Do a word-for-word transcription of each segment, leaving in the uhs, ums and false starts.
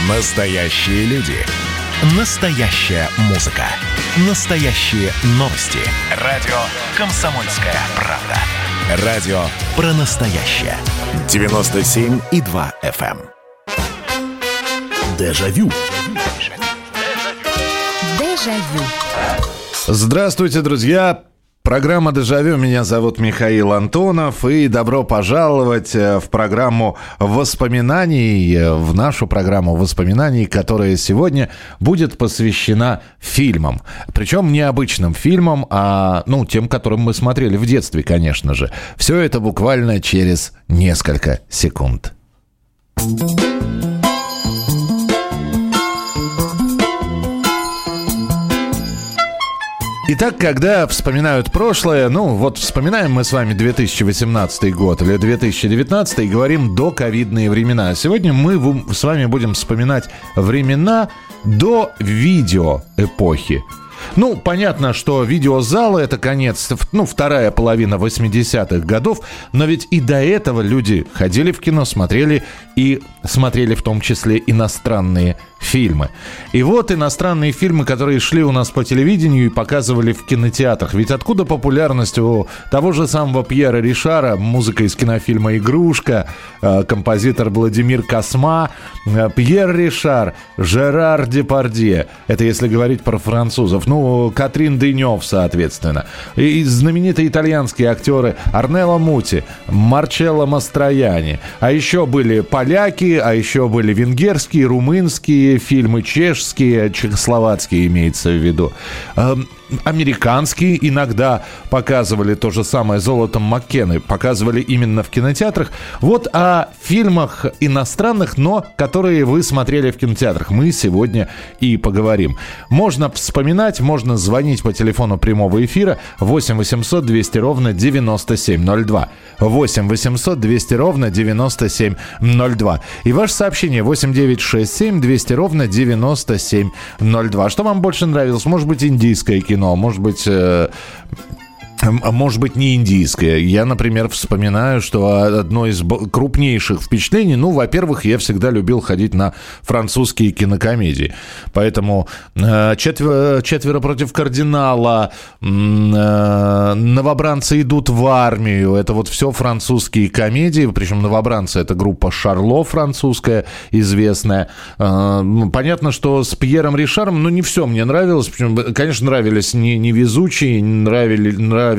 Настоящие люди. Настоящая музыка. Настоящие новости. Радио «Комсомольская правда». Радио про настоящее. девяносто семь и два эф эм. Дежавю. Дежавю. Здравствуйте, друзья. Программа «Дежавю». Меня зовут Михаил Антонов. И добро пожаловать в программу воспоминаний, в нашу программу воспоминаний, которая сегодня будет посвящена фильмам. Причем не обычным фильмам, а ну, тем, которым мы смотрели в детстве, конечно же. Все это буквально через несколько секунд. Итак, когда вспоминают прошлое, ну вот вспоминаем мы с вами две тысячи восемнадцатый год или две тысячи девятнадцатый и говорим доковидные времена. Сегодня мы с вами будем вспоминать времена до видеоэпохи. Ну, понятно, что видеозалы — это конец, ну, вторая половина восьмидесятых годов, но ведь и до этого люди ходили в кино, смотрели и смотрели в том числе иностранные фильмы. И вот иностранные фильмы, которые шли у нас по телевидению и показывали в кинотеатрах. Ведь откуда популярность у того же самого Пьера Ришара, музыка из кинофильма «Игрушка», композитор Владимир Косма, Пьер Ришар, Жерар Депардье. Это если говорить про французов. Ну, Катрин Денев, соответственно. И знаменитые итальянские актеры Орнелло Мути, Марчелло Мастроянни. А еще были поляки, а еще были венгерские, румынские фильмы, чешские, чехословацкие имеется в виду. Американские иногда показывали то же самое «Золотом Маккены», показывали именно в кинотеатрах. Вот о фильмах иностранных, но которые вы смотрели в кинотеатрах, мы сегодня и поговорим. Можно вспоминать, можно звонить по телефону прямого эфира восемь восемьсот двести ровно девяносто семь ноль два. восемь восемьсот двести ровно девяносто семь ноль два. И ваше сообщение восемь девятьсот шестьдесят семь двести ровно девяносто семь ноль два. Что вам больше нравилось? Может быть, индийское кино? Но, может быть, э, может быть, не индийское. Я, например, вспоминаю, что одно из крупнейших впечатлений, ну, во-первых, я всегда любил ходить на французские кинокомедии. Поэтому э, четверо, четверо против кардинала, э, новобранцы идут в армию. Это вот все французские комедии. Причем новобранцы — это группа Шарло французская, известная. Э, понятно, что с Пьером Ришаром, ну, не все мне нравилось. Причем, конечно, нравились невезучие, нравились... нравился,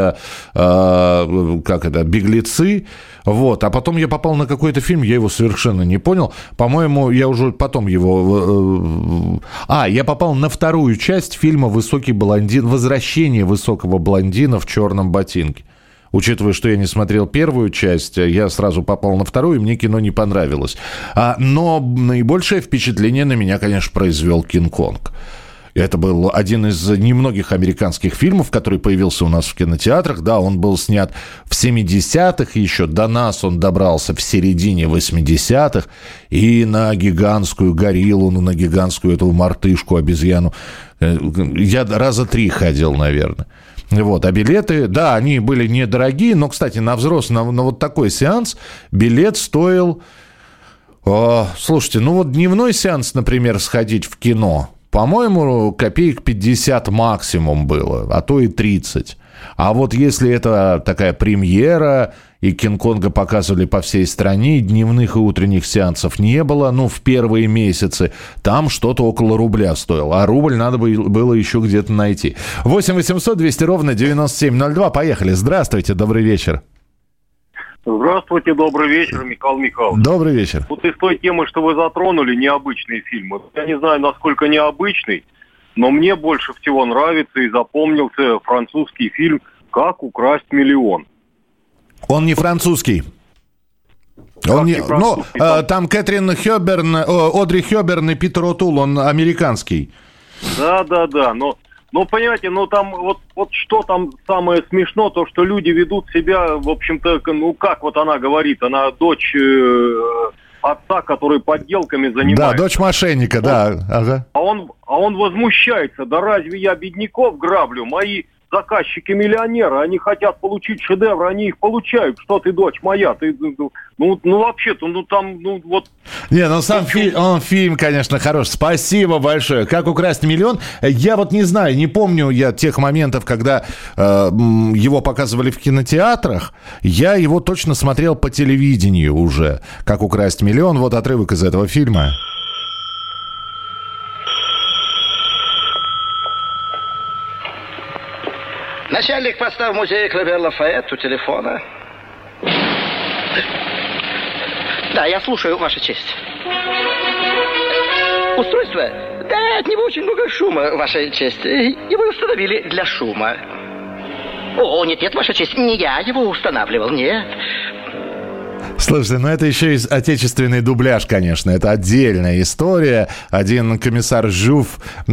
э, как это, «Беглецы». Вот. А потом я попал на какой-то фильм, я его совершенно не понял. По-моему, я уже потом его... Э, а, я попал на вторую часть фильма «Высокий блондин», «Возвращение высокого блондина в черном ботинке». Учитывая, что я не смотрел первую часть, я сразу попал на вторую, и мне кино не понравилось. А, но наибольшее впечатление на меня, конечно, произвел «Кинг-Конг». Это был один из немногих американских фильмов, который появился у нас в кинотеатрах. Да, он был снят в семидесятых, еще до нас он добрался в середине восьмидесятых. И на гигантскую гориллу, ну, на гигантскую эту мартышку, обезьяну. Я раза три ходил, наверное. Вот, а билеты, да, они были недорогие, но, кстати, на взрослый, на, на вот такой сеанс билет стоил... О, слушайте, ну вот дневной сеанс, например, сходить в кино... По-моему, копеек пятьдесят максимум было, а то и тридцать. А вот если это такая премьера, и «Кинг-Конга» показывали по всей стране, и дневных и утренних сеансов не было, ну, в первые месяцы, там что-то около рубля стоило. А рубль надо было еще где-то найти. восемь восемьсот двести ровно девяносто семь ноль два. Поехали. Здравствуйте, добрый вечер. Здравствуйте, добрый вечер, Михаил Михайлович. Добрый вечер. Вот из той темы, что вы затронули, необычные фильмы. Я не знаю, насколько необычный, но мне больше всего нравится и запомнился французский фильм «Как украсть миллион». Он не французский. Он не, ну, э, там Кэтрин Хёберн, о, Одри Хёберн и Питер О'Тул, он американский. Да, да, да, но... Ну, понимаете, ну там вот, вот что там самое смешно, то, что люди ведут себя, в общем-то, ну как вот она говорит, она дочь э, отца, который подделками занимается. Да, дочь мошенника, он, да. Ага. А, он, а он возмущается, да разве я бедняков граблю? Мои заказчики миллионеры, они хотят получить шедевр, они их получают. Что ты, дочь моя, ты, ну, ну вообще-то, ну там, ну вот... Не, ну сам фи- он, фильм, конечно, хорош. Спасибо большое. «Как украсть миллион». Я вот не знаю, не помню я тех моментов, когда э, его показывали в кинотеатрах. Я его точно смотрел по телевидению уже. «Как украсть миллион». Вот отрывок из этого фильма. Начальник поста в музее Клевер-Лафайет у телефона. Да, я слушаю, Ваша честь. Устройство? Да, от него очень много шума, Ваша честь. Его установили для шума. О, нет, нет, Ваша честь, не я его устанавливал, нет. Слушайте, ну это еще и отечественный дубляж, конечно. Это отдельная история. Один комиссар Жюф э,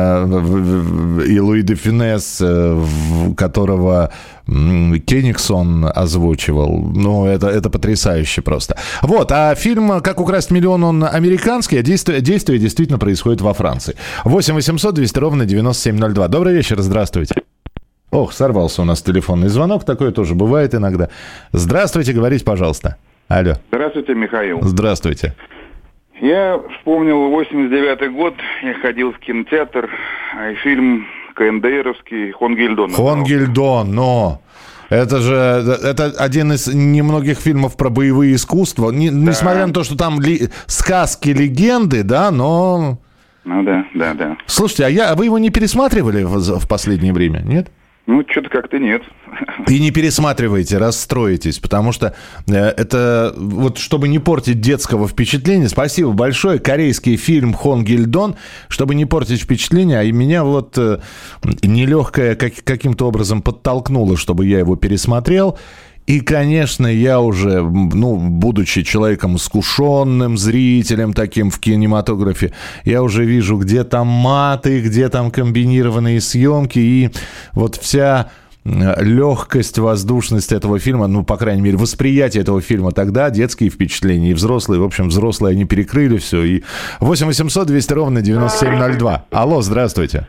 и Луи де Фюнес, э, которого э, Кенигсон озвучивал. Ну, это, это потрясающе просто. Вот, а фильм «Как украсть миллион», он американский, а действие, действие действительно происходит во Франции. восемь восемьсот двести ровно девяносто семь ноль два. Добрый вечер, здравствуйте. Ох, сорвался у нас телефонный звонок. Такое тоже бывает иногда. Здравствуйте, говорите, пожалуйста. Алло. Здравствуйте, Михаил. Здравствуйте. Я вспомнил восемьдесят девятый год. Я ходил в кинотеатр. И фильм КНДРовский «Хонгильдон». «Хонгильдон», но... Это же это один из немногих фильмов про боевые искусства. Не, да. Несмотря на то, что там ли, сказки, легенды, да, но... Ну да, да, да. Слушайте, а, я, а вы его не пересматривали в, в последнее время, нет? Ну, что-то как-то нет. И не пересматривайте, расстроитесь, потому что э, это, вот чтобы не портить детского впечатления, спасибо большое, корейский фильм «Хонгильдон», чтобы не портить впечатление, а и меня вот э, нелегкое как, каким-то образом подтолкнуло, чтобы я его пересмотрел. И, конечно, я уже, ну, будучи человеком искушенным, зрителем таким в кинематографе, я уже вижу, где там маты, где там комбинированные съемки, и вот вся легкость, воздушность этого фильма, ну, по крайней мере, восприятие этого фильма тогда, детские впечатления, и взрослые, в общем, взрослые, они перекрыли все. И восемь восемьсот двести ровно девяносто семь ноль два. Алло, здравствуйте.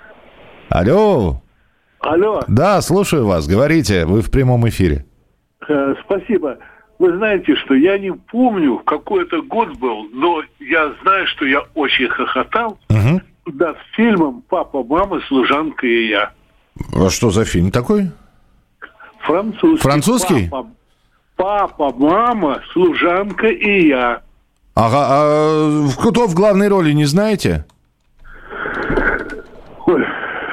Алло. Алло. Да, слушаю вас, говорите, вы в прямом эфире. Спасибо. Вы знаете, что я не помню, какой это год был, но я знаю, что я очень хохотал угу. над фильмом «Папа, мама, служанка и я». А что за фильм такой? Французский. Французский? Папа, папа, мама, служанка и я. Ага, а кто в главной роли, не знаете? Ой.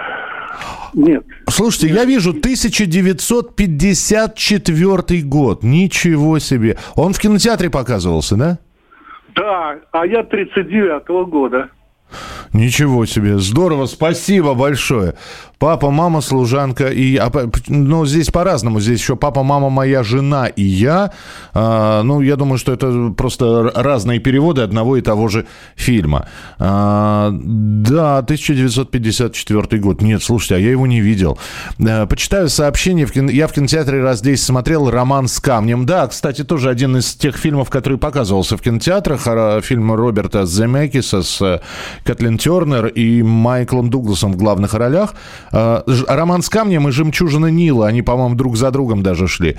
Нет. Слушайте, я вижу тысяча девятьсот пятьдесят четвёртый год. Ничего себе. Он в кинотеатре показывался, да? Да, а я тридцать девятого года. Ничего себе. Здорово, спасибо большое. Папа, мама, служанка и я. Ну, здесь по-разному. Здесь еще папа, мама, моя жена и я. А, ну, я думаю, что это просто разные переводы одного и того же фильма. А, да, тысяча девятьсот пятьдесят четвёртый год. Нет, слушайте, а я его не видел. А, почитаю сообщение. В кино... Я в кинотеатре раз десять смотрел «Роман с камнем». Да, кстати, тоже один из тех фильмов, который показывался в кинотеатрах. Фильм Роберта Земекиса с Кэтлин Тернер и Майклом Дугласом в главных ролях. «Роман с камнем» и «Жемчужина Нила». Они, по-моему, друг за другом даже шли.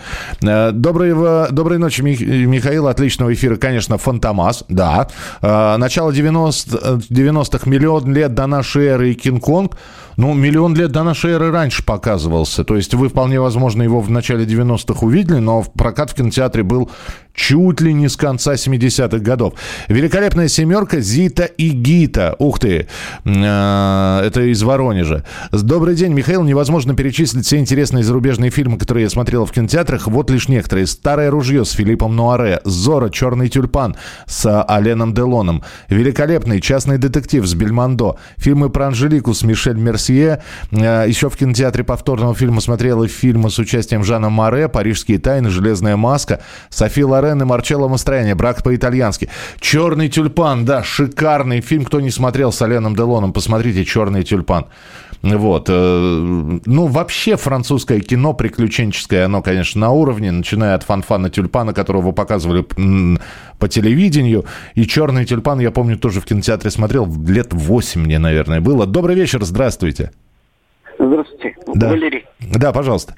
Доброй, доброй ночи, Михаил. Отличного эфира, конечно, «Фантомас». Да. Начало девяностых, миллион лет до нашей эры и «Кинг-Конг». Ну, миллион лет до нашей эры раньше показывался. То есть вы, вполне возможно, его в начале девяностых увидели, но прокат в кинотеатре был чуть ли не с конца семидесятых годов. «Великолепная семерка», «Зита и Гита». Ух ты, это из Воронежа. Добрый день, Михаил. Невозможно перечислить все интересные зарубежные фильмы, которые я смотрел в кинотеатрах. Вот лишь некоторые. «Старое ружье» с Филиппом Нуаре, «Зорро», «Черный тюльпан» с Аленом Делоном, «Великолепный частный детектив» с Бельмондо, фильмы про Анжелику с Мишель Мерсье. Еще в кинотеатре повторного фильма смотрел и фильмы с участием Жана Море, «Парижские тайны», «Железная маска», Софи Лорен и Марчелло Мастроянни, «Брак по-итальянски». «Черный тюльпан», да, шикарный фильм. Кто не смотрел с Аленом Делоном, посмотрите «Черный тюльпан». Вот. Ну, вообще французское кино приключенческое, оно, конечно, на уровне, начиная от «Фанфана Тюльпана», которого показывали по телевидению. И «Черный тюльпан», я помню, тоже в кинотеатре смотрел, лет восемь мне, наверное, было. Добрый вечер, здравствуйте. Здравствуйте, да. Валерий. Да, пожалуйста.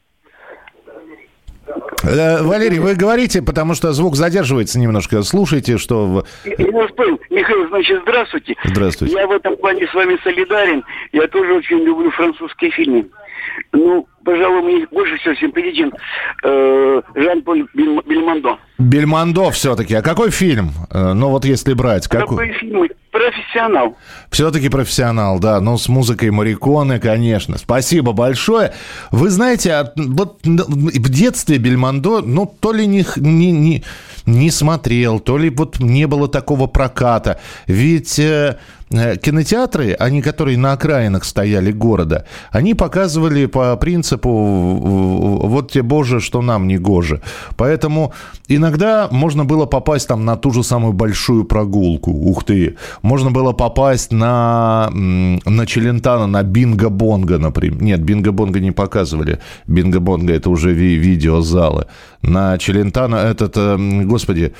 Валерий, вы говорите, потому что звук задерживается немножко. Слушайте, что... Я вас понял. Михаил, значит, здравствуйте. Здравствуйте. Я в этом плане с вами солидарен. Я тоже очень люблю французские фильмы. Ну, пожалуй, мне больше всего симпатичен э, Жан-Поль Бельмондо. Бельмондо все-таки. А какой фильм? Ну, вот если брать. Какой, какой фильм? Профессионал. Все-таки профессионал, да. Ну, с музыкой Морриконе, конечно. Спасибо большое. Вы знаете, вот в детстве Бельмондо, ну, то ли не, не, не, не смотрел, то ли вот не было такого проката. Ведь... Э, кинотеатры, они, которые на окраинах стояли города, они показывали по принципу «вот тебе, Боже, что нам не гоже». Поэтому иногда можно было попасть там на ту же самую большую прогулку. Ух ты! Можно было попасть на, на Челентано, на Бинго-Бонго, например. Нет, Бинго-Бонго не показывали. Бинго-Бонго — это уже ви- видеозалы. На Челентано этот, господи,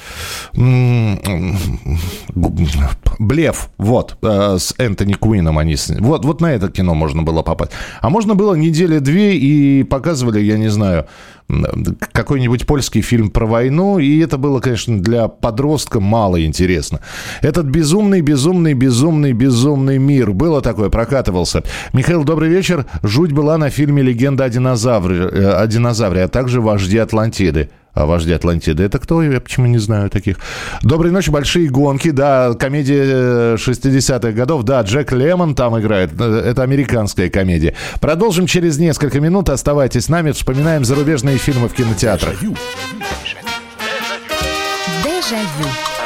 Блеф, вот. С Энтони Куином они... Вот, вот на это кино можно было попасть. А можно было недели-две и показывали, я не знаю, какой-нибудь польский фильм про войну, и это было, конечно, для подростка мало интересно. Этот безумный, безумный, безумный, безумный мир. Было такое, прокатывался. Михаил, добрый вечер. Жуть была на фильме «Легенда о динозавре», о динозавре, а также «Вожди Атлантиды». А «Вожди Атлантиды» — это кто? Я почему не знаю таких. Доброй ночи, «Большие гонки». Да, комедия шестидесятых годов. Да, Джек Лемон там играет. Это американская комедия. Продолжим через несколько минут. Оставайтесь с нами. Вспоминаем зарубежные фильмы в кинотеатрах. Дежавю.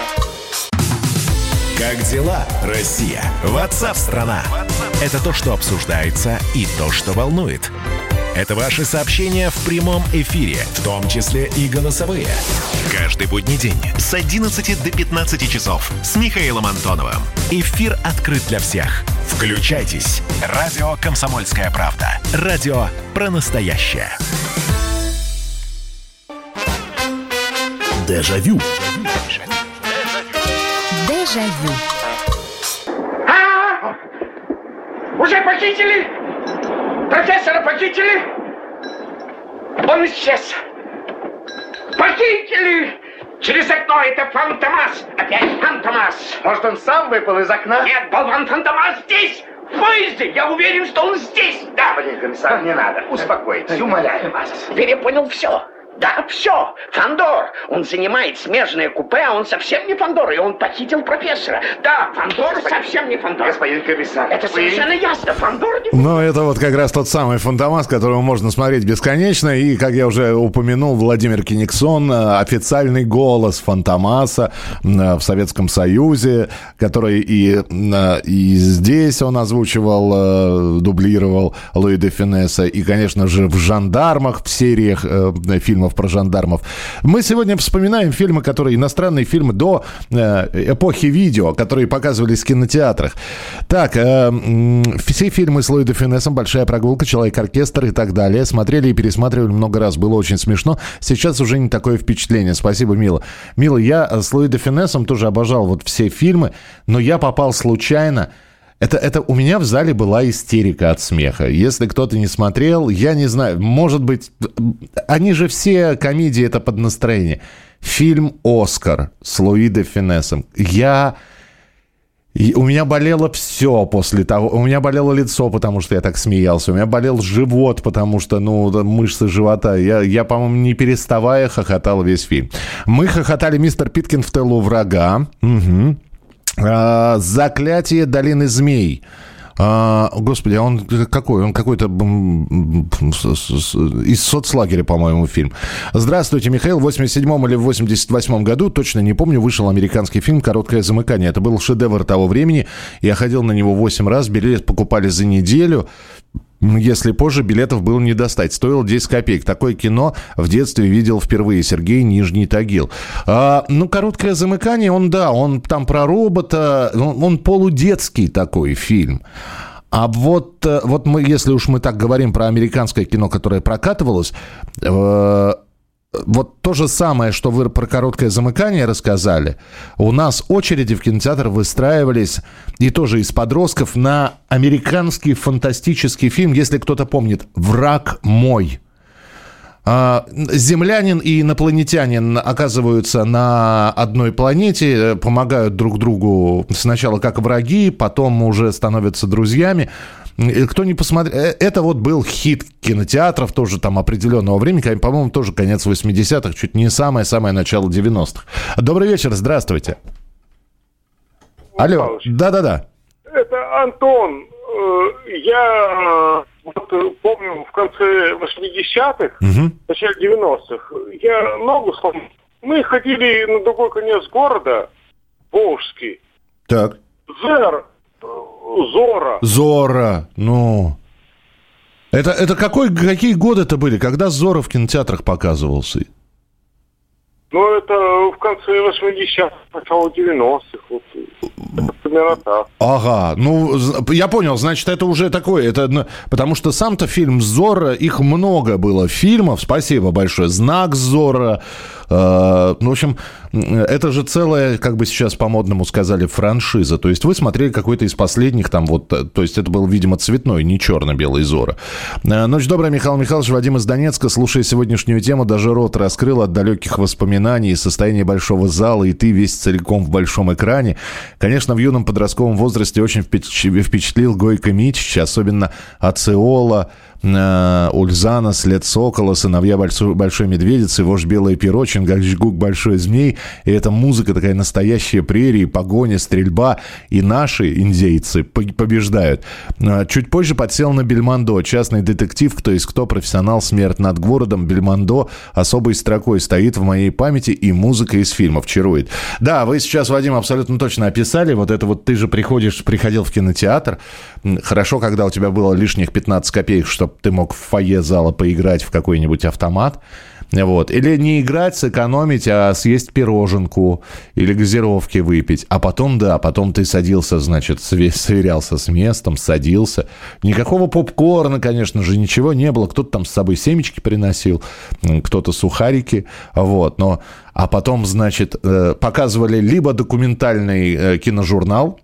Как дела, Россия? Ватсап-страна! Это то, что обсуждается, и то, что волнует. Это ваши сообщения в прямом эфире, в том числе и голосовые. Каждый будний день с одиннадцати до пятнадцати часов с Михаилом Антоновым. Эфир открыт для всех. Включайтесь. Радио «Комсомольская правда». Радио про настоящее. Дежавю. Дежавю. А! Уже похитили? Профессора похитили? Он исчез. Похитили! Через окно это Фантомас. Опять Фантомас. Может, он сам выпал из окна? Нет, болван, Фантомас здесь! В поезде! Я уверен, что он здесь! Да! Господин комиссар, не надо. Успокойтесь, умоляю вас. Теперь я понял все. Да, все. Фандор. Он занимает смежное купе, а он совсем не Фандор, и он похитил профессора. Да, Фандор господин, совсем не Фандор. Господин комиссар. Это вы... совершенно ясно. Фандор не... Ну, это вот как раз тот самый Фантомас, которого можно смотреть бесконечно. И, как я уже упомянул, Владимир Кениксон, официальный голос Фантомаса в Советском Союзе, который и, и здесь он озвучивал, дублировал Луи де Фюнеса, и, конечно же, в «Жандармах», в сериях фильмов про жандармов. Мы сегодня вспоминаем фильмы, которые иностранные фильмы до э, эпохи видео, которые показывались в кинотеатрах. Так, э, все фильмы с Луи де Фюнесом, «Большая прогулка», «Человек-оркестр» и так далее. Смотрели и пересматривали много раз. Было очень смешно. Сейчас уже не такое впечатление. Спасибо, Мила. Мила, я с Луи де Фюнесом тоже обожал вот все фильмы, но я попал случайно. Это, это у меня в зале была истерика от смеха. Если кто-то не смотрел, я не знаю, может быть, они же все комедии, это под настроение. Фильм «Оскар» с Луи де Фюнесом. Я... У меня болело все после того. У меня болело лицо, потому что я так смеялся. У меня болел живот, потому что, ну, мышцы живота. Я, я по-моему, не переставая хохотал весь фильм. Мы хохотали «Мистер Питкин в тылу врага». Угу. «Заклятие долины змей». А, господи, а он какой? Он какой-то из соцлагеря, по-моему, фильм. Здравствуйте, Михаил. В восемьдесят седьмом или в восемьдесят восьмом году, точно не помню, вышел американский фильм «Короткое замыкание». Это был шедевр того времени. Я ходил на него восемь раз. Билет покупали за неделю. Если позже, билетов было не достать. Стоило десять копеек. Такое кино в детстве видел впервые. Сергей, Нижний Тагил. А, ну, «Короткое замыкание», он, да, он там про робота. Он, он полудетский такой фильм. А вот, вот мы, если уж мы так говорим про американское кино, которое прокатывалось... Э, вот то же самое, что вы про короткое замыкание рассказали, у нас очереди в кинотеатр выстраивались, и тоже из подростков, на американский фантастический фильм, если кто-то помнит, «Враг мой». Землянин и инопланетянин оказываются на одной планете, помогают друг другу сначала как враги, потом уже становятся друзьями. Кто не посмотрел... Это вот был хит кинотеатров тоже там определенного времени, по-моему, тоже конец восьмидесятых, чуть не самое-самое начало девяностых. Добрый вечер, здравствуйте. Алло, да-да-да. Это Антон. Я вот помню, в конце восьмидесятых, угу. в начале девяностых, я ногу сломал. Мы ходили на другой конец города, Волжский. Так. Зер, Зора. Зора, ну... Это, это какой, какие годы это были? Когда Зора в кинотеатрах показывался? Ну, это в конце восьмидесятых, начало девяностых. Вот, примерно так. Ага, ну, я понял, значит, это уже такое, это, потому что сам-то фильм «Зорро», их много было фильмов, спасибо большое, «Знак Зорро», э, ну, в общем, это же целая, как бы сейчас по-модному сказали, франшиза, то есть вы смотрели какой-то из последних там вот, то есть это был, видимо, цветной, не черно-белый «Зорро». Ночь добрая, Михаил Михайлович, Вадим из Донецка, слушая сегодняшнюю тему, даже рот раскрыл от далеких воспоминаний, состояния большого зала, и ты весь целиком в большом экране. Конечно, в юном подростковом возрасте очень впечатлил Гойко Митчич, особенно Ациола, Ульзана, След сокола, Сыновья большой, большой медведицы, Вождь белое перо, Чингачгук большой змей. И эта музыка такая настоящая, прерии, погоня, стрельба. И наши индейцы побеждают. Чуть позже подсел на Бельмондо. Частный детектив, кто есть кто, профессионал, смерть над городом. Бельмондо особой строкой стоит в моей памяти, и музыка из фильмов чарует. Да, вы сейчас, Вадим, абсолютно точно описали. Вот это вот ты же приходишь, приходил в кинотеатр. Хорошо, когда у тебя было лишних пятнадцать копеек, чтобы ты мог в фойе зала поиграть в какой-нибудь автомат. Вот. Или не играть, сэкономить, а съесть пироженку или газировки выпить. А потом, да, потом ты садился, значит, сверялся с местом, садился. Никакого попкорна, конечно же, ничего не было. Кто-то там с собой семечки приносил, кто-то сухарики. Вот. Но... А потом, значит, показывали либо документальный киножурнал,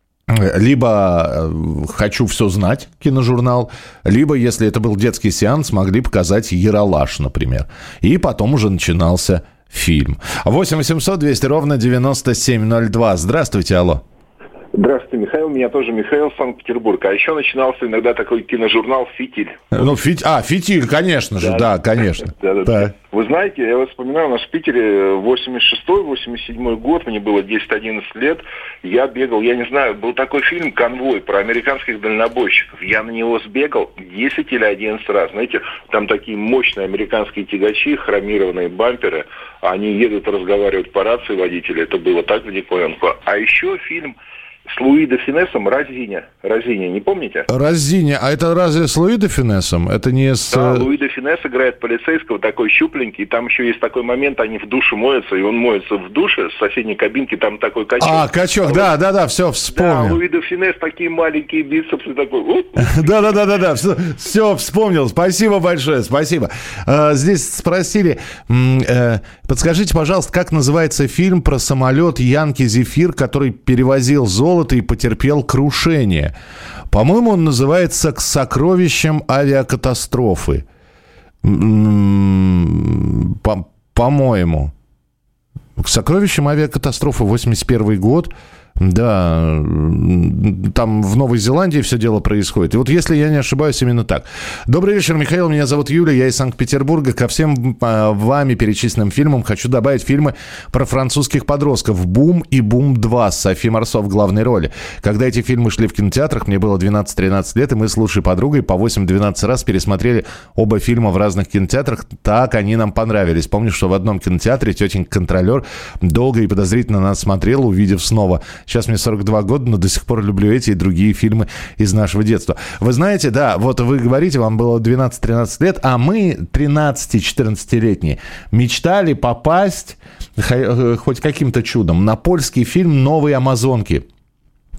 либо «Хочу все знать» киножурнал, либо, если это был детский сеанс, могли показать «Ералаш», например. И потом уже начинался фильм. восемь восемьсот двести ровно девяносто семь ноль два. Здравствуйте, алло. Здравствуйте, Михаил. Меня тоже Михаил, Санкт-Петербург. А еще начинался иногда такой киножурнал «Фитиль». Ну, фит... А, «Фитиль», конечно же, да, да конечно. Да, да, да. Вы знаете, я вот вспоминаю, у нас в Питере восемьдесят шестой восемьдесят седьмой год, мне было десять-одиннадцать лет, я бегал, я не знаю, был такой фильм «Конвой» про американских дальнобойщиков. Я на него сбегал десять или одиннадцать раз. Знаете, там такие мощные американские тягачи, хромированные бамперы, они едут, разговаривают по рации водители, это было так в диковинку. А еще фильм с Луи де Финесом «Розиня». «Розиня», не помните? «Розиня». А это разве с Луи де Финесом? Это не с... Да, Луи де Финес играет полицейского, такой щупленький. Там еще есть такой момент, они в душе моются, и он моется в душе, с соседней кабинки, там такой качок. А, качок, да, да, да, все, вспомнил. Да, Луи де Финес, такие маленькие бицепсы, такой... Да-да-да-да, все, вспомнил. Спасибо большое, спасибо. Здесь спросили, подскажите, пожалуйста, как называется фильм про самолет «Янки Зефир», который перевозил золото и потерпел крушение. По-моему, он называется «К сокровищам авиакатастрофы». По- по-моему. «К сокровищам авиакатастрофы», восемьдесят первый год. Да, там в Новой Зеландии все дело происходит. И вот если я не ошибаюсь, именно так. Добрый вечер, Михаил, меня зовут Юля, я из Санкт-Петербурга. Ко всем вами перечисленным фильмам хочу добавить фильмы про французских подростков «Бум» и «Бум два» с Софи Марсо в главной роли. Когда эти фильмы шли в кинотеатрах, мне было двенадцать-тринадцать лет, и мы с лучшей подругой по восемь-двенадцать раз пересмотрели оба фильма в разных кинотеатрах. Так они нам понравились. Помню, что в одном кинотеатре тетенька-контролер долго и подозрительно нас смотрела, увидев снова. Сейчас мне сорок два года, но до сих пор люблю эти и другие фильмы из нашего детства. Вы знаете, да, вот вы говорите, вам было двенадцать-тринадцать лет, а мы, тринадцати-четырнадцатилетние, мечтали попасть хоть каким-то чудом на польский фильм «Новые амазонки».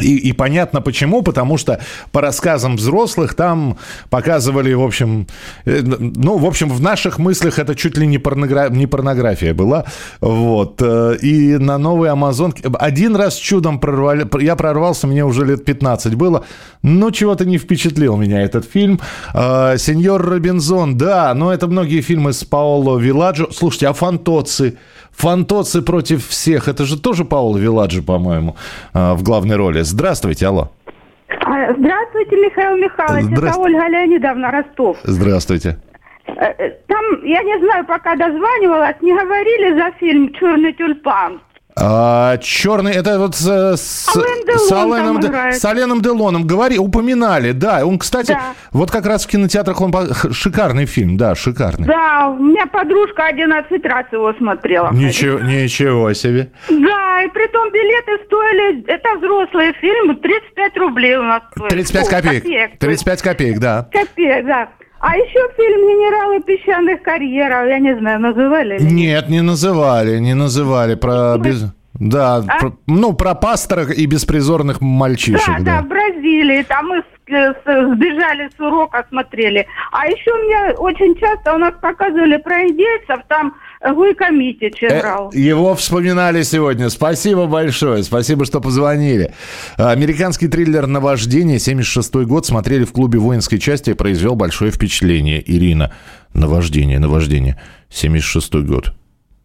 И, и понятно почему, потому что по рассказам взрослых там показывали, в общем, э, ну, в общем, в наших мыслях это чуть ли не, порногра... не порнография была, вот, э, и на новой Амазонке один раз чудом прорвали, я прорвался, мне уже лет пятнадцать было, но чего-то не впечатлил меня этот фильм. Э, «Сеньор Робинзон», да, но это многие фильмы с Паоло Виладжо. Слушайте, а «Фантоцци»? «Фантоцци против всех», это же тоже Паоло Виладжо, по-моему, в главной роли. Здравствуйте, алло. Здравствуйте, Михаил Михайлович, Здравствуйте. Это Ольга Леонидовна, Ростов. Здравствуйте. Там, я не знаю, пока дозванивалась, не говорили за фильм «Черный тюльпан». А, черный, это вот с, с, с, Аленом, с Аленом Делоном говори, упоминали, да. Он, кстати, да. вот как раз в кинотеатрах он шикарный фильм, да, шикарный. Да, у меня подружка одиннадцать раз его смотрела. Ничего, ничего себе. Да, и притом билеты стоили, это взрослые фильмы, тридцать пять рублей у нас стоили. тридцать пять копеек. копеек. тридцать пять копеек, да. Копеек, да. А еще фильм «Генералы песчаных карьеров», я не знаю, называли ли? Нет, не называли, не называли. Про... Без... Да, а? про... ну, про пастора и беспризорных мальчишек. Да, да, да, в Бразилии, там мы сбежали с урока, смотрели. А еще мне очень часто у нас показывали про индейцев, там Гойко Митич играл. Э, его вспоминали сегодня. Спасибо большое, спасибо, что позвонили. Американский триллер «Наваждение», семьдесят шестой год, смотрели в клубе воинской части и произвел большое впечатление. Ирина, «Наваждение», «Наваждение», семьдесят шестой год.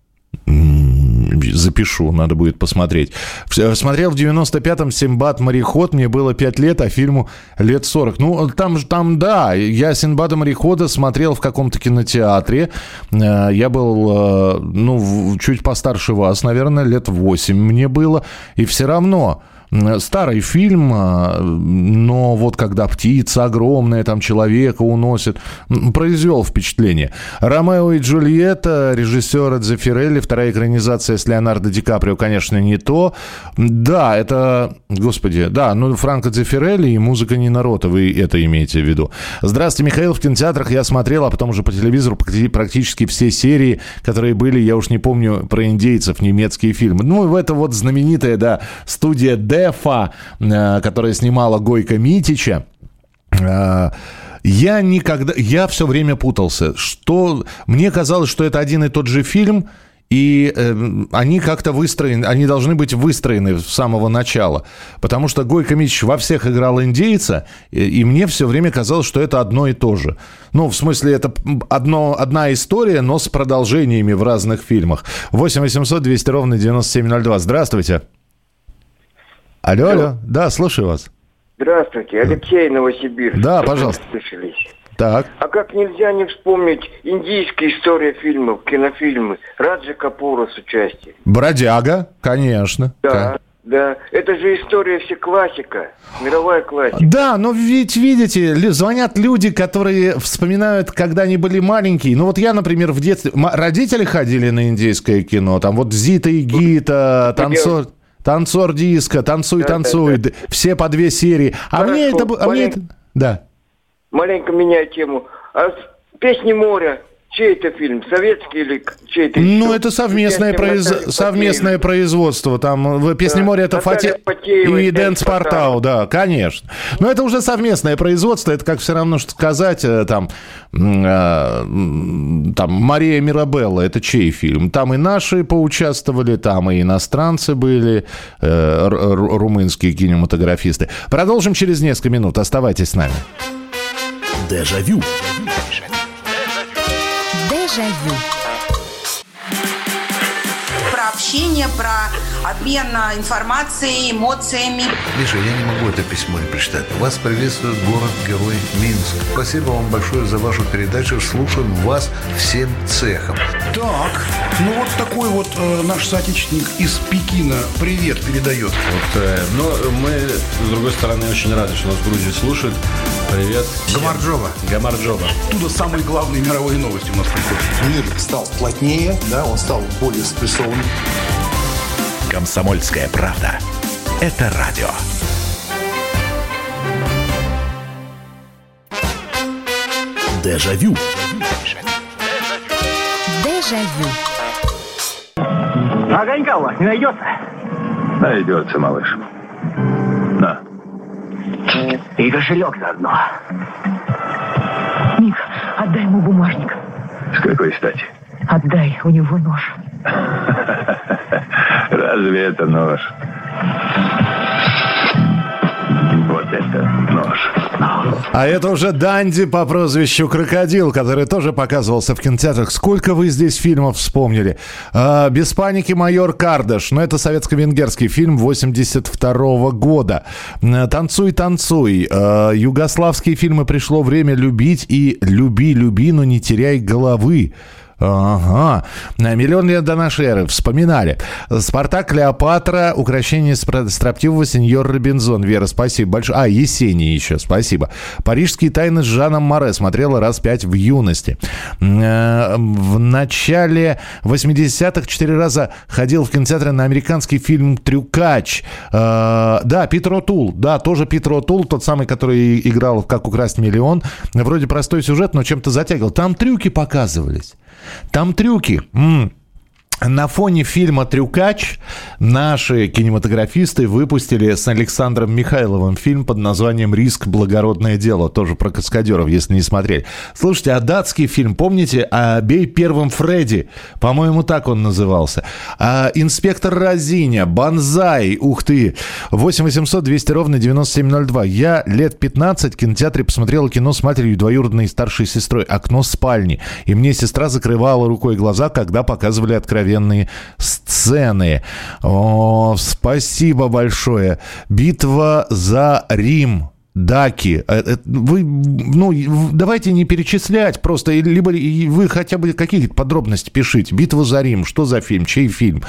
Запишу, надо будет посмотреть. Смотрел в девяносто пятом «Синбад мореход», мне было пять лет, а фильму лет сорок. Ну, там же, там, да, я «Синбада морехода» смотрел в каком-то кинотеатре. Я был, ну, чуть постарше вас, наверное, лет восемь мне было. И все равно... Старый фильм, но вот когда птица огромная, там человека уносит, произвел впечатление. «Ромео и Джульетта», режиссера Дзеффирелли, вторая экранизация с Леонардо Ди Каприо, конечно, не то. Да, это, господи, да, ну Франко Дзеффирелли и «Музыка Нино Рота», вы это имеете в виду. Здравствуйте, Михаил, в кинотеатрах я смотрел, а потом уже по телевизору практически все серии, которые были, я уж не помню, про индейцев, немецкие фильмы. Ну, это вот знаменитая, да, студия «Д», Дефа, которая снимала Гойко Митича. Я никогда, я все время путался, что мне казалось, что это один и тот же фильм, и э, они как-то выстроены, они должны быть выстроены с самого начала, потому что Гойко Митич во всех играл индейца, и, и мне все время казалось, что это одно и то же. Ну, в смысле, это одно, одна история, но с продолжениями в разных фильмах. восемь восемьсот двести ровно девяносто семь ноль два. Здравствуйте. Алло, алло, да, слушаю вас. Здравствуйте, Алексей, Новосибирск. Да, пожалуйста. Слышались. Так. А как нельзя не вспомнить индийская история фильмов, кинофильмы, Раджа Капура с участием. «Бродяга», конечно. Да, да. Это же история все классика, мировая классика. Да, но ведь, видите, звонят люди, которые вспоминают, когда они были маленькие. Ну вот я, например, в детстве... Родители ходили на индийское кино, там вот «Зита и Гита», «Танцор». «Танцор диско», «Танцуй, да, танцуй», да, да. Все по две серии. А Хорошо, мне это... А малень... мне это... Да. Маленько меняю тему. А «Песни моря», чей это фильм? Советский или чей-то? Ну, это совместное, произ... совместное производство. Там «Песни да. моря» — это Фати... и Дэн Спартау, да, конечно. Но это уже совместное производство. Это как все равно, что сказать, там, э, там «Мария Мирабелла» — это чей фильм? Там и наши поучаствовали, там и иностранцы были, э, румынские кинематографисты. Продолжим через несколько минут. Оставайтесь с нами. Дежавю. Дежавю. Про общение, про обмен информацией, эмоциями. Миша, я не могу это письмо не прочитать. Вас приветствует город-герой Минск. Спасибо вам большое за вашу передачу. Слушаем вас всем цехом. Так, ну вот такой вот э, наш соотечественник из Пекина привет передает. Вот, э, но мы, с другой стороны, очень рады, что нас в Грузии слушают. Привет. Гамарджоба. Гамарджоба. Оттуда самые главные мировые новости у нас приходят. Мир стал плотнее, да, он стал более спрессованным. «Комсомольская правда». Это радио. Дежавю. Дежавю. Огонька у вас не найдется? Найдется, малыш. На. И кошелек заодно. Ник, отдай ему бумажник. С какой стати? Отдай, у него нож. Разве это нож? Вот это нож. А это уже Данди по прозвищу Крокодил, который тоже показывался в кинотеатрах. Сколько вы здесь фильмов вспомнили? А, «Без паники, майор Кардаш». Ну, это советско-венгерский фильм восемьдесят второго года. «Танцуй, танцуй». А, югославские фильмы «Пришло время любить» и «Люби, люби, но не теряй головы». Ага. «Миллион лет до нашей эры». Вспоминали. «Спартак», «Клеопатра», «Укрощение строптивого», «Сеньор Робинзон». Вера, спасибо большое. А, «Есения» еще, спасибо. «Парижские тайны» с Жаном Море. Смотрела раз пять в юности. В начале восьмидесятых четыре раза ходил в кинотеатре на американский фильм «Трюкач». Да, Питер О'Тул. Да, тоже Питер О'Тул, тот самый, который играл в «Как украсть миллион». Вроде простой сюжет, но чем-то затягивал. Там трюки показывались. Там трюки. М-м. На фоне фильма «Трюкач» наши кинематографисты выпустили с Александром Михайловым фильм под названием «Риск. Благородное дело». Тоже про каскадеров, если не смотрели. Слушайте, а датский фильм, помните? А «Бей первым Фредди». По-моему, так он назывался. А «Инспектор Разиня», «Банзай». Ух ты. восемь восемьсот двести ровно девяносто семь ноль два. Я лет пятнадцать в кинотеатре посмотрел кино с матерью и двоюродной старшей сестрой «Окно спальни». И мне сестра закрывала рукой глаза, когда показывали откровенные сцены. О, спасибо большое. «Битва за Рим». Даки. Вы, ну, давайте не перечислять просто, либо вы хотя бы какие-то подробности пишите. «Битва за Рим». Что за фильм? Чей фильм?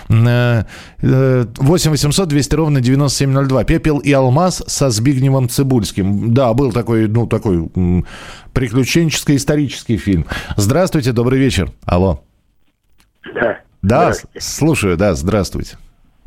восемь восемьсот двести ровно девяносто семь ноль два. «Пепел и алмаз» со Збигневым Цибульским. Да, был такой, ну, такой приключенческо-исторический фильм. Здравствуйте, добрый вечер. Алло. Да. Да, слушаю, да, здравствуйте.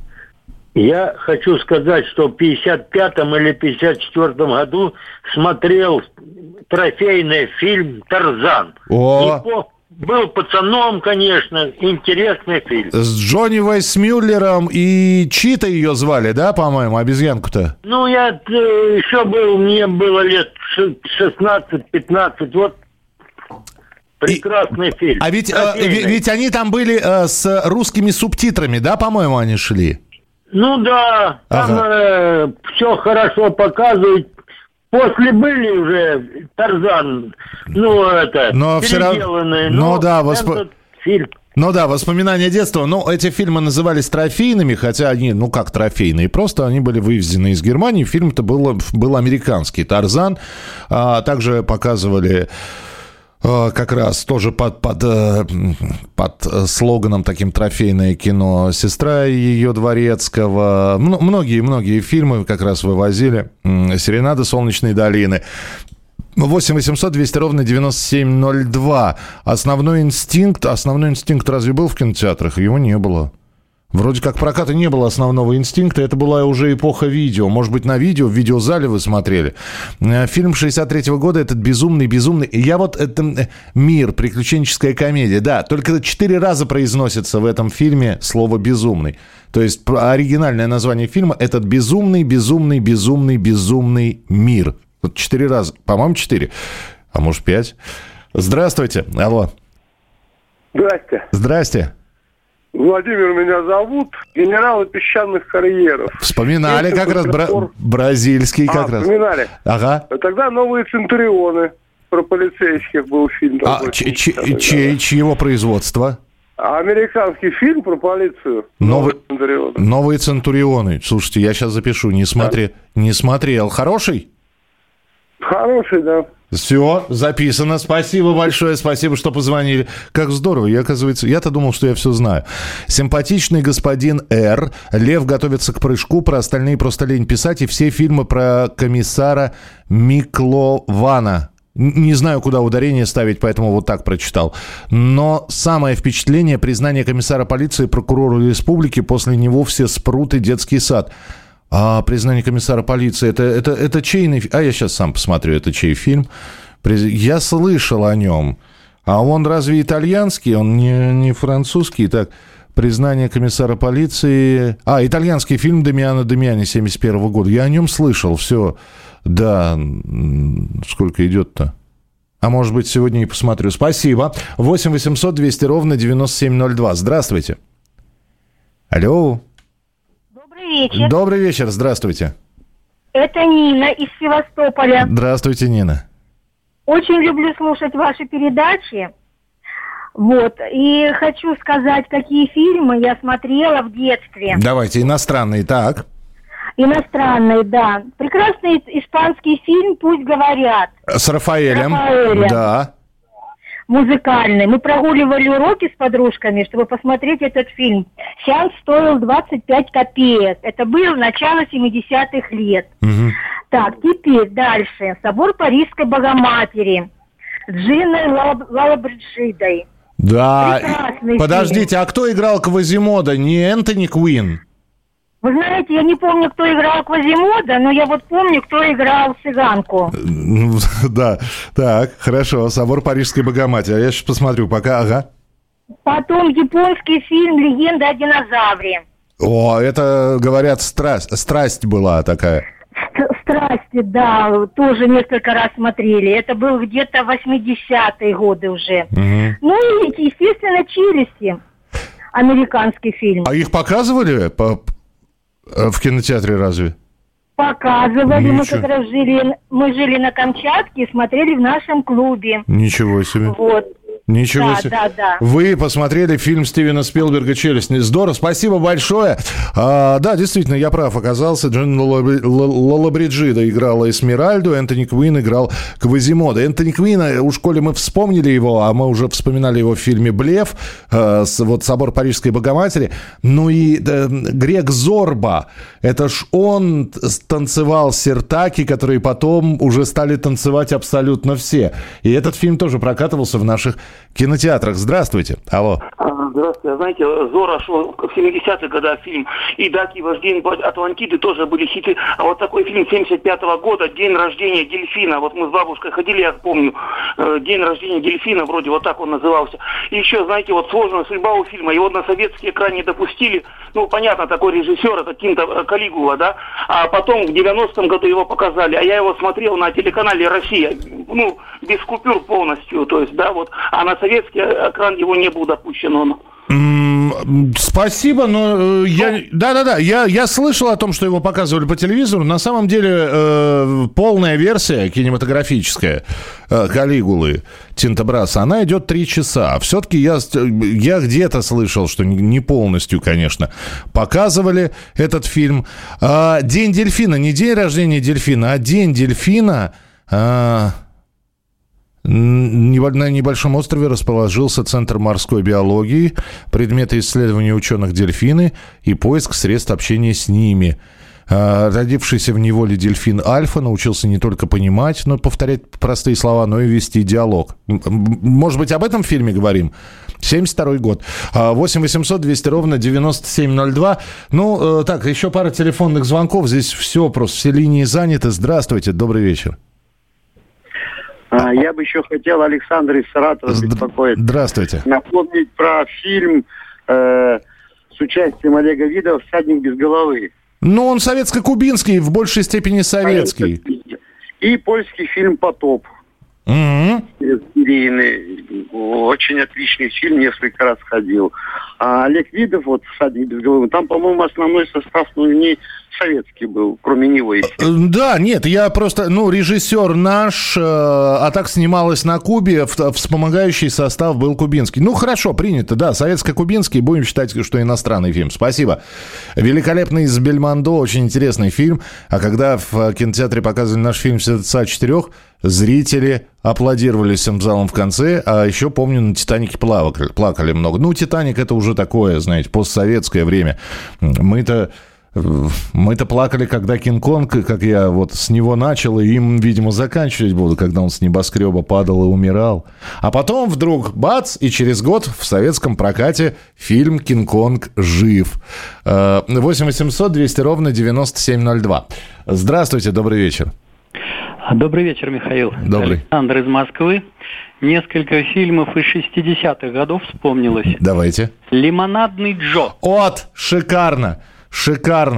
Я хочу сказать, что в пятьдесят пятом или пятьдесят четвёртом году смотрел трофейный фильм «Тарзан». О! Был пацаном, конечно, интересный фильм. С Джонни Вайсмюллером и Чита ее звали, да, по-моему, обезьянку-то? Ну, я еще был, мне было лет шестнадцать-пятнадцать, вот. Прекрасный и... фильм. А ведь, э, ведь они там были э, с русскими субтитрами, да, по-моему, они шли? Ну да, там ага. э, все хорошо показывают. После были уже Тарзан, ну это, но переделанные. Но, но да, восп... фильм. Ну да, воспоминания детства. Ну, эти фильмы назывались трофейными, хотя они, ну как трофейные, просто они были вывезены из Германии. Фильм-то был, был американский, «Тарзан». А также показывали... Как раз тоже под, под, под слоганом таким «Трофейное кино» «Сестра ее дворецкого». Многие-многие фильмы как раз вывозили. «Серенада солнечной долины». восемь восемьсот двести ровно девяносто семь ноль два. «Основной инстинкт». Основной инстинкт разве был в кинотеатрах? Его не было. Вроде как проката не было «Основного инстинкта». Это была уже эпоха видео. Может быть, на видео, в видеозале вы смотрели. Фильм шестьдесят третьего года, этот «Безумный, безумный». Я вот, это «Мир», приключенческая комедия. Да, только четыре раза произносится в этом фильме слово «безумный». То есть оригинальное название фильма – этот «Безумный, безумный, безумный, безумный мир». Вот четыре раза. По-моему, четыре. А может, пять. Здравствуйте. Алло. Здрасте. Здрасте. Владимир меня зовут, генералы песчаных карьеров. Вспоминали как раз бра- бразильский как а, раз. Вспоминали. Ага. Тогда «Новые Центурионы» про полицейских был фильм. А ч- ч- чей, чьего производства? Американский фильм про полицию. Новые Центурионы. Новые Центурионы. Слушайте, я сейчас запишу. Не, смотри, да. не смотрел. Хороший? Хороший, да. Все, записано. Спасибо большое, спасибо, что позвонили. Как здорово, я, оказывается, я-то думал, что я все знаю. Симпатичный господин Р. Лев готовится к прыжку, про остальные просто лень писать, и все фильмы про комиссара Миклована. Не знаю, куда ударение ставить, поэтому вот так прочитал. Но самое впечатление — признание комиссара полиции прокурору республики, после него все спрут и детский сад. А признание комиссара полиции, это, это, это чейный... А я сейчас сам посмотрю, это чей фильм. Я слышал о нем. А он разве итальянский? Он не, не французский? Так, признание комиссара полиции... А, итальянский фильм Дамиано Дамиани семьдесят первого года. Я о нем слышал, все. Да, сколько идет-то? А может быть, сегодня и посмотрю. Спасибо. восемь восемьсот двести ровно девяносто семь ноль два. Здравствуйте. Алло. Добрый вечер. Добрый вечер, здравствуйте. Это Нина из Севастополя. Здравствуйте, Нина. Очень люблю слушать ваши передачи. Вот. И хочу сказать, какие фильмы я смотрела в детстве. Давайте, иностранные, так. Иностранные, да. Прекрасный испанский фильм «Пусть говорят». С Рафаэлем. Рафаэлем. Да. Музыкальный. Мы прогуливали уроки с подружками, чтобы посмотреть этот фильм. Сеанс стоил двадцать пять копеек. Это было начало семидесятых лет. Угу. Так, теперь дальше. Собор Парижской Богоматери. С Джинной Лаллабриджидой. Да. Прекрасный Подождите, фильм. А кто играл Квазимода? Не Энтони Куин? Вы знаете, я не помню, кто играл Квазимода, но я вот помню, кто играл цыганку. Да, так, хорошо. Собор Парижской Богоматери. Я сейчас посмотрю пока, ага. Потом японский фильм «Легенда о динозавре». О, это, говорят, страсть, страсть была такая. Страсти, да, тоже несколько раз смотрели. Это был где-то восьмидесятые годы уже. Угу. Ну и, естественно, «Челюсти». Американский фильм. А их показывали по... в кинотеатре разве? Показывали. Ничего. Мы как раз жили, мы жили на Камчатке и смотрели в нашем клубе. Ничего себе. Вот. Ничего да, себе. Да, да. Вы посмотрели фильм Стивена Спилберга «Челюсть». Здорово, спасибо большое. А, да, действительно, я прав оказался. Джин Лаллабриджида играла Эсмеральду, Энтони Куин играл Квазимода. Энтони Куина, уж коли мы вспомнили его, а мы уже вспоминали его в фильме «Блеф», э, с, вот «Собор Парижской Богоматери». Ну и э, Грег Зорба, это ж он танцевал сертаки, которые потом уже стали танцевать абсолютно все. И этот фильм тоже прокатывался в наших кинотеатрах. Здравствуйте. Алло. Здравствуйте. Знаете, Зора шел в семидесятых годах фильм. И Даки, Вождение Атлантиды тоже были хиты. А вот такой фильм семьдесят пятого года, День рождения дельфина. Вот мы с бабушкой ходили, я помню, День рождения дельфина, вроде вот так он назывался. И еще, знаете, вот сложная судьба у фильма. Его на советский экран не допустили. Ну, понятно, такой режиссер, это Кинто Калигула, да. А потом в девяностом году его показали. А я его смотрел на телеканале «Россия». Ну, без купюр полностью, то есть, да, вот. А на советский экран его не был допущен он. Спасибо, но я... Да-да-да, я, я слышал о том, что его показывали по телевизору. На самом деле э, полная версия кинематографическая э, Калигулы Тинто Брасса, она идет три часа. Все-таки я, я где-то слышал, что не полностью, конечно, показывали этот фильм. А, День дельфина, не день рождения дельфина, а День дельфина... А... На небольшом острове расположился Центр морской биологии, предметы исследования ученых дельфины и поиск средств общения с ними. Родившийся в неволе дельфин Альфа научился не только понимать, но повторять простые слова, но и вести диалог. Может быть, об этом фильме говорим? семьдесят второй год. восемь восемьсот двести ровно девяносто семь ноль два. Ну, так, еще пара телефонных звонков. Здесь все просто, все линии заняты. Здравствуйте, добрый вечер. Я бы еще хотел Александра из Саратова беспокоить. Здравствуйте. Напомнить про фильм э, с участием Олега Видова «Всадник без головы». Ну, он советско-кубинский, в большей степени советский. И польский фильм «Потоп». Mm-hmm. Очень отличный фильм, несколько раз ходил. А Олег Видов, вот «Всадник без головы», там, по-моему, основной состав, ну, не советский был, кроме него. Да, нет, я просто, ну, режиссер наш, э, а так снималось на Кубе, в, вспомогающий состав был кубинский. Ну, хорошо, принято, да, советско-кубинский, будем считать, что иностранный фильм. Спасибо. Великолепный из Бельмондо, очень интересный фильм. А когда в кинотеатре показывали наш фильм «Сердца четырех», зрители аплодировали всем залом в конце, а еще, помню, на «Титанике» плакали, плакали много. Ну, «Титаник» — это уже такое, знаете, постсоветское время. Мы-то... Мы-то плакали, когда «Кинг-Конг», как я вот с него начал, и им, видимо, заканчивать буду, когда он с небоскреба падал и умирал. А потом вдруг, бац, и через год в советском прокате фильм «Кинг-Конг» жив. восемь восемьсот двести ровно девяносто семь ноль два. Здравствуйте, добрый вечер. Добрый вечер, Михаил. Добрый. Александр из Москвы. Несколько фильмов из шестидесятых годов вспомнилось. Давайте. «Лимонадный Джо». От, шикарно. Шикарно.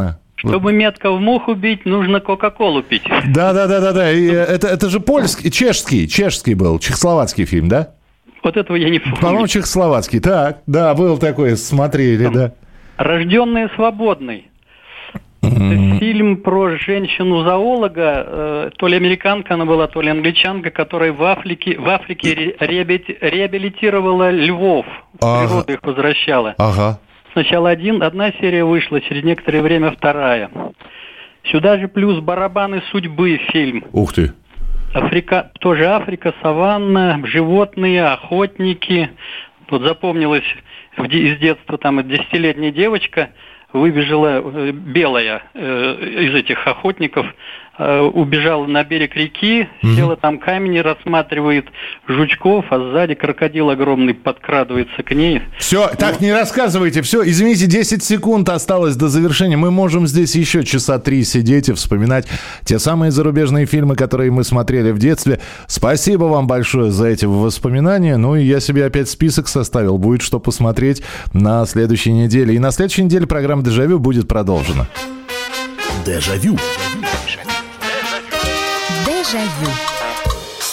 Чтобы метко в мух убить, нужно Кока-Колу пить. Да-да-да-да-да. Это, это же польский, чешский, чешский был, чехословацкий фильм, да? Вот этого я не помню. По-моему, чехословацкий. Так, да, был такой, смотрели, да. «Рожденные свободной». Это фильм про женщину-зоолога, э, то ли американка она была, то ли англичанка, которая в Африке, в Африке реабили- реабилитировала львов, ага. природу их возвращала. Ага. Сначала один, одна серия вышла, через некоторое время вторая. Сюда же плюс «Барабаны судьбы» фильм. Ух ты. Африка, тоже Африка, саванна, животные, охотники. Вот запомнилось в, из детства, там десятилетняя девочка выбежала, э, белая, э, из этих охотников, э, убежала на берег реки, mm-hmm. села там камень и рассматривает жучков, а сзади крокодил огромный подкрадывается к ней. Все, ну... так не рассказывайте, все, извините, десять секунд осталось до завершения. Мы можем здесь еще часа три сидеть и вспоминать те самые зарубежные фильмы, которые мы смотрели в детстве. Спасибо вам большое за эти воспоминания. Ну и я себе опять список составил, будет что посмотреть на следующей неделе. И на следующей неделе программа «Дежавю» будет продолжена. Дежавю. Дежавю.